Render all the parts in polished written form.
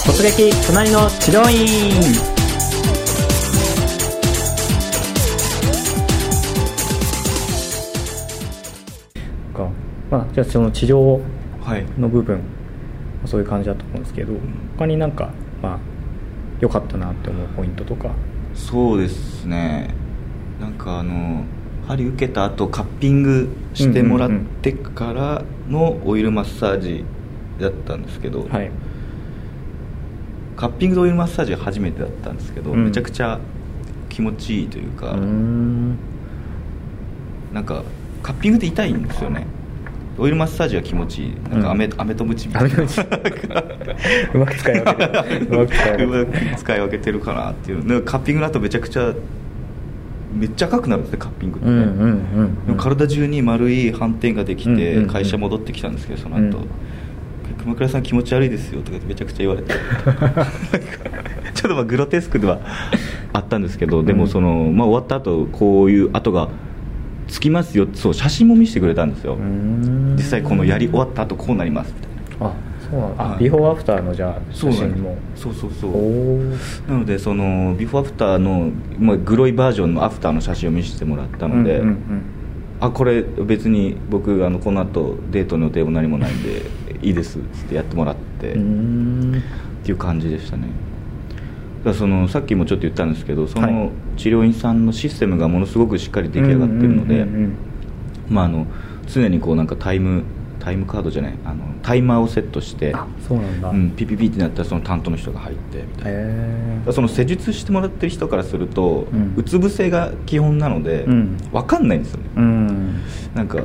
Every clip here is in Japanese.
突撃隣の治療院。じゃあその治療の部分、そういう感じだと思うんですけど、他になんか良かったなって思うポイントとか。 そうですね、なんか針受けた後カッピングしてもらってからのオイルマッサージだったんですけど、 はい、 カッピングでオイルマッサージが初めてだったんですけど、めちゃくちゃ気持ちいいというか、なんかカッピングって痛いんですよね。オイルマッサージは気持ちいい。なんか飴とムチみたいな、 うまく使い分けてうまく使い分けてるかなっていう。なんかカッピングの後めちゃくちゃめっちゃ赤くなるんですね、カッピングってね。でも体中に丸い斑点ができて会社戻ってきたんですけど、その後、熊倉さん気持ち悪いですよとかめちゃくちゃ言われてちょっとグロテスクではあったんですけど、でも終わった後こういう跡がつきますよ、そう写真も見せてくれたんですよ。実際このやり終わった後こうなりますみたいな。 そうなんだ。ビフォーアフターのじゃあ写真も。 そうなのでそのビフォーアフターの、グロいバージョンのアフターの写真を見せてもらったので、これ別に僕この後デートの予定も何もないんでいいですってやってもらってっていう感じでしたね。だからさっきもちょっと言ったんですけど、その治療院さんのシステムがものすごくしっかり出来上がってるので、常になんかタイムカードじゃない、タイマーをセットして、 そうなんだ、 ピピピってなったらその担当の人が入ってみたいな。その施術してもらってる人からすると、うつ伏せが基本なので、分かんないんですよね。なんか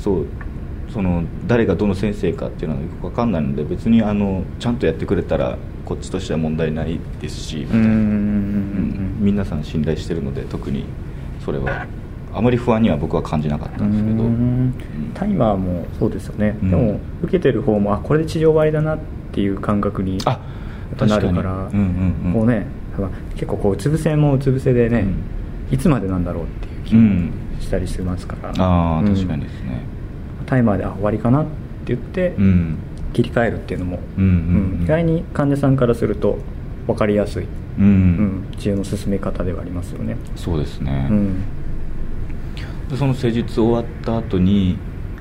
誰がどの先生かっていうのはよく分かんないので、別にちゃんとやってくれたらこっちとしては問題ないですし、みたいな。皆さん信頼してるので、特にそれはあまり不安には僕は感じなかったんですけど。 タイマーもそうですよね。でも受けてる方もこれで治療終わりだなっていう感覚になるから、こうね、結構うつ伏せもうつ伏せでね、いつまでなんだろうっていう気もしたりしますから、 確かにですね。 タイマーで終わりかなって言って切り替えるっていうのも、意外に患者さんからすると分かりやすい治療の進め方ではありますよね。 そうですね。でその施術終わった後に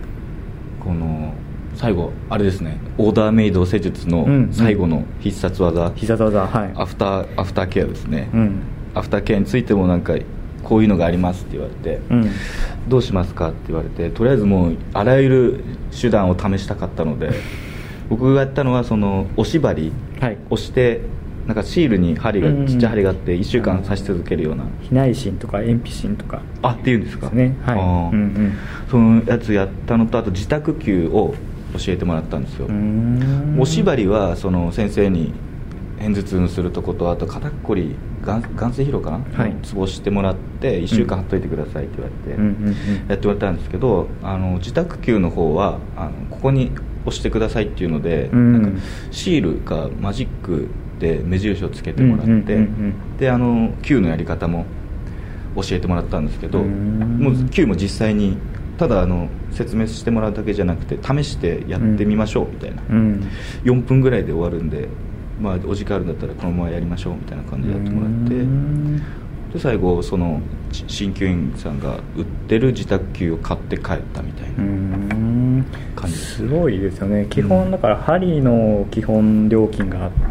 最後あれですね、オーダーメイド施術の最後の必殺技、アフターケアですね。アフターケアについてもなんかこういうのがありますって言われて、どうしますかって言われて、とりあえずもうあらゆる手段を試したかったので僕がやったのは押し針、押してなんかシールにちっちゃい針があって1週間刺し続けるような、 避内針とか鉛皮針とかっていうんですかね。 そのやつやったのと、あと自宅灸を教えてもらったんですよ。押し針は先生に片頭痛するとこと、あと肩こり眼性疲労かな、ツボしてもらって1週間貼っといてくださいって言われてやってもらったんですけど、自宅灸の方はここに押してくださいっていうので、なんかシールかマジックで目印をつけてもらって、で灸のやり方も教えてもらったんですけど、もう灸も実際にただ説明してもらうだけじゃなくて試してやってみましょうみたいな、4分ぐらいで終わるんで、お時間あるんだったらこのままやりましょうみたいな感じでやってもらって、で最後その鍼灸院さんが売ってる自宅灸を買って帰ったみたいな感じです。 すごいですよね。基本だから針の基本料金があって、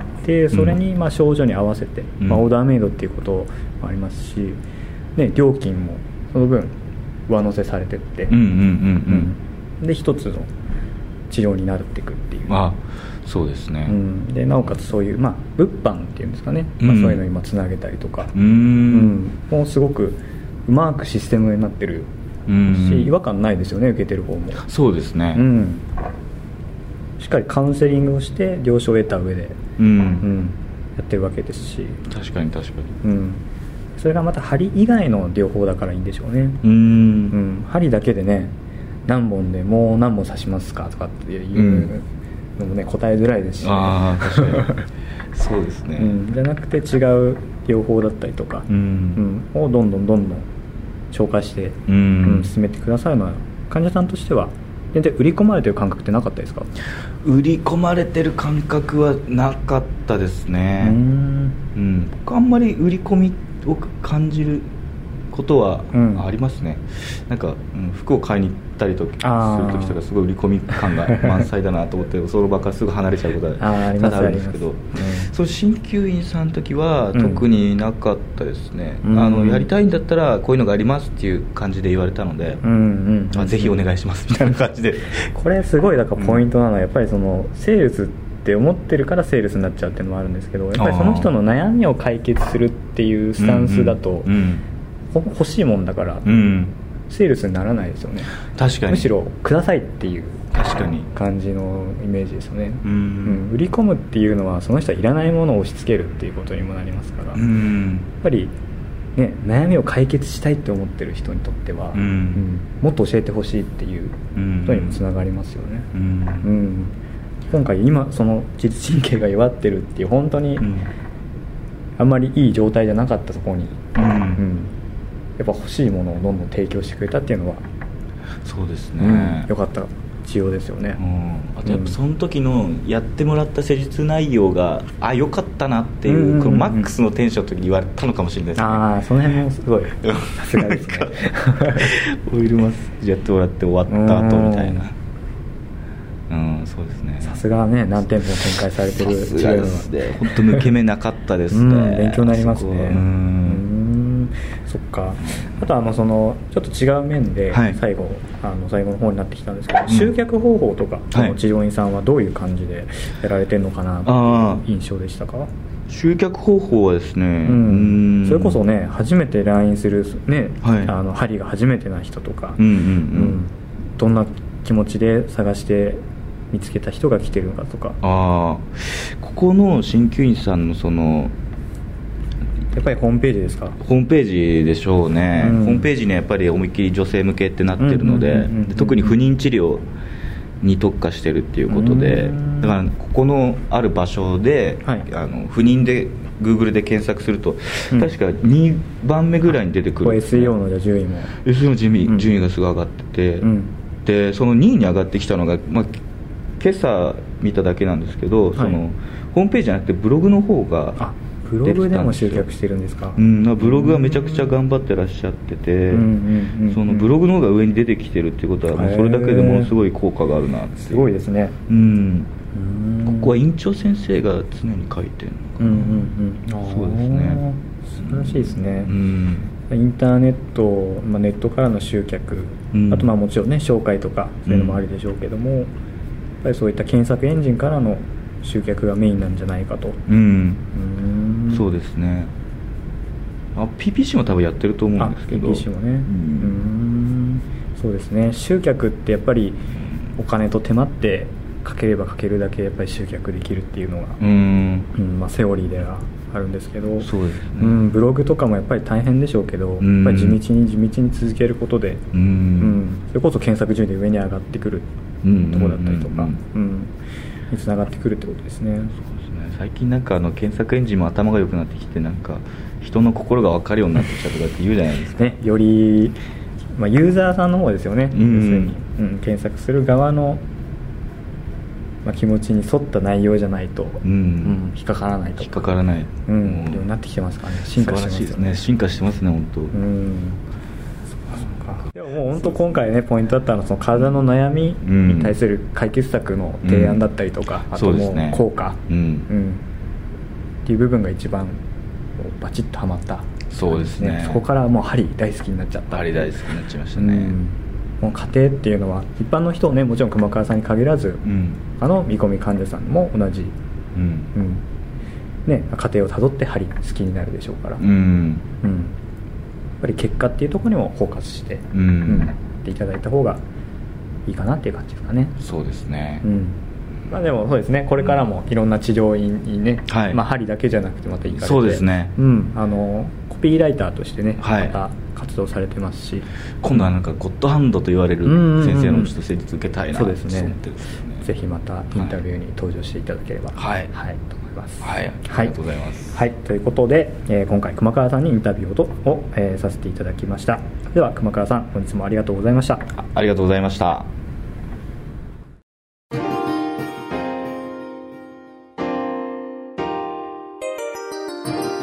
それに症状に合わせて、オーダーメイドっていうこともありますし、料金もその分上乗せされてって、で一つの治療になっていくっていう。 そうですね。 でなおかつそういう物販っていうんですかね、そういうのを今つなげたりとか、もうすごくうまくシステムになってるし、違和感ないですよね、受けてる方も。 そうですね。 しっかりカウンセリングをして了承を得た上でやってるわけですし。 確かにそれがまた針以外の療法だからいいんでしょうね。針だけでね、何本でもう何本刺しますかとかっていうのもね、答えづらいですし、 確かにそうですね。 じゃなくて違う療法だったりとかをどんどん紹介して進めてくださるのは患者さんとしては全然売り込まれてる感覚ってなかったですか？ 売り込まれてる感覚はなかったですね。僕あんまり売り込みを感じることはありますね。なんか、服を買いに行ったりとする時とかすごい売り込み感が満載だなと思ってその場からすぐ離れちゃうことは多々あるんですけど、そう鍼灸院さんの時は特になかったですね。やりたいんだったらこういうのがありますっていう感じで言われたので、ぜひお願いしますみたいな感じでこれすごいだからポイントなのはやっぱりそのセールスって思ってるからセールスになっちゃうっていうのもあるんですけど、やっぱりその人の悩みを解決するっていうスタンスだと、欲しいもんだから、セールスにならないですよね。 確かにむしろくださいっていう感じのイメージですよね。売り込むっていうのはその人はいらないものを押し付けるっていうことにもなりますから、やっぱり、ね、悩みを解決したいって思ってる人にとっては、もっと教えてほしいっていうことにもつながりますよね。今回今その自律神経が弱ってるっていう本当にあんまりいい状態じゃなかったところに、やっぱ欲しいものをどんどん提供してくれたっていうのはそうですね、 よかった治療ですよね。 あとやっぱその時のやってもらった施術内容が良かったなっていう、このマックスのテンションの時に言われたのかもしれないですね。 その辺もすごいさすがですねオイルマッサージやってもらって終わった後みたいな、そうですね。 さすがね、何店舗も展開されてる治療ですね。本当抜け目なかったですね。 勉強になりますね。そっか。あとそのちょっと違う面で、最後の方になってきたんですけど、集客方法とかの治療院さんはどういう感じでやられてるのかなという印象でしたか？ 集客方法はですね、 それこそね、初めて来院するね、針が初めてな人とか、どんな気持ちで探して見つけた人が来てるのかとか。 ここの鍼灸院さんのそのやっぱりホームページですか？ ホームページでしょうね。ホームページにやっぱり思いっきり女性向けってなってるので、特に不妊治療に特化してるっていうことで、だからここのある場所で、不妊で Google で検索すると、確か2番目ぐらいに出てくるんですね。 SEO の順位も SEO の順位がすごい上がってて、でその2位に上がってきたのが、今朝見ただけなんですけど、そのホームページじゃなくてブログの方がブログでも集客してるんですか？ ブログはめちゃくちゃ頑張ってらっしゃってて、そのブログの方が上に出てきてるっていうことは、もうそれだけでものすごい効果があるなって。 すごいですね。 ここは院長先生が常に書いてるのかな。そうですね。 素晴らしいですね。インターネット、ネットからの集客、あともちろんね紹介とかそういうのもありでしょうけども、やっぱりそういった検索エンジンからの集客がメインなんじゃないかと。 そうですね。PPC も多分やってると思うんですけど。 PPC もね。そうですね。集客ってやっぱりお金と手間ってかければかけるだけやっぱり集客できるっていうのが、セオリーではあるんですけど、 そうですね。 ブログとかもやっぱり大変でしょうけど、やっぱり地道に続けることで、それこそ検索順位で上に上がってくるところだったりとか、につながってくるってことですね。 そうですね。最近なんか検索エンジンも頭が良くなってきて、なんか人の心が分かるようになってきたとかって言うじゃないですか。 ね、より、ユーザーさんの方ですよね。要するに、検索する側の、気持ちに沿った内容じゃないと、引っかからないとか。 引っかからない。ようになってきてますからね。進化してますよね。素晴らしいですね。 進化してますね、本当。 でももう本当今回ねポイントだったのはその体の悩みに対する解決策の提案だったりとか、あともう効果、っていう部分が一番バチッとはまった、 そうですね。 そこからもう針大好きになっちゃった。 針大好きになっちゃいましたね。 もう家庭っていうのは一般の人をねもちろん熊川さんに限らず、見込み患者さんも同じ、ね、家庭をたどって針好きになるでしょうから、やっぱり結果っていうところにもフォーカスして、っていただいた方がいいかなっていう感じですかね。 そうですね。 でもそうですね、これからもいろんな治療院にね、針だけじゃなくてまた行かれて、 そうですね、 コピーライターとしてね、また活動されてますし、 今度はなんかゴッドハンドと言われる先生のちょっと施術受けたいなと思ってですね。 ぜひまたインタビューに登場していただければと思います。 ありがとうございます。 ということで、今回熊川さんにインタビューをさせていただきました。では熊川さん、本日もありがとうございました。 ありがとうございました。 す。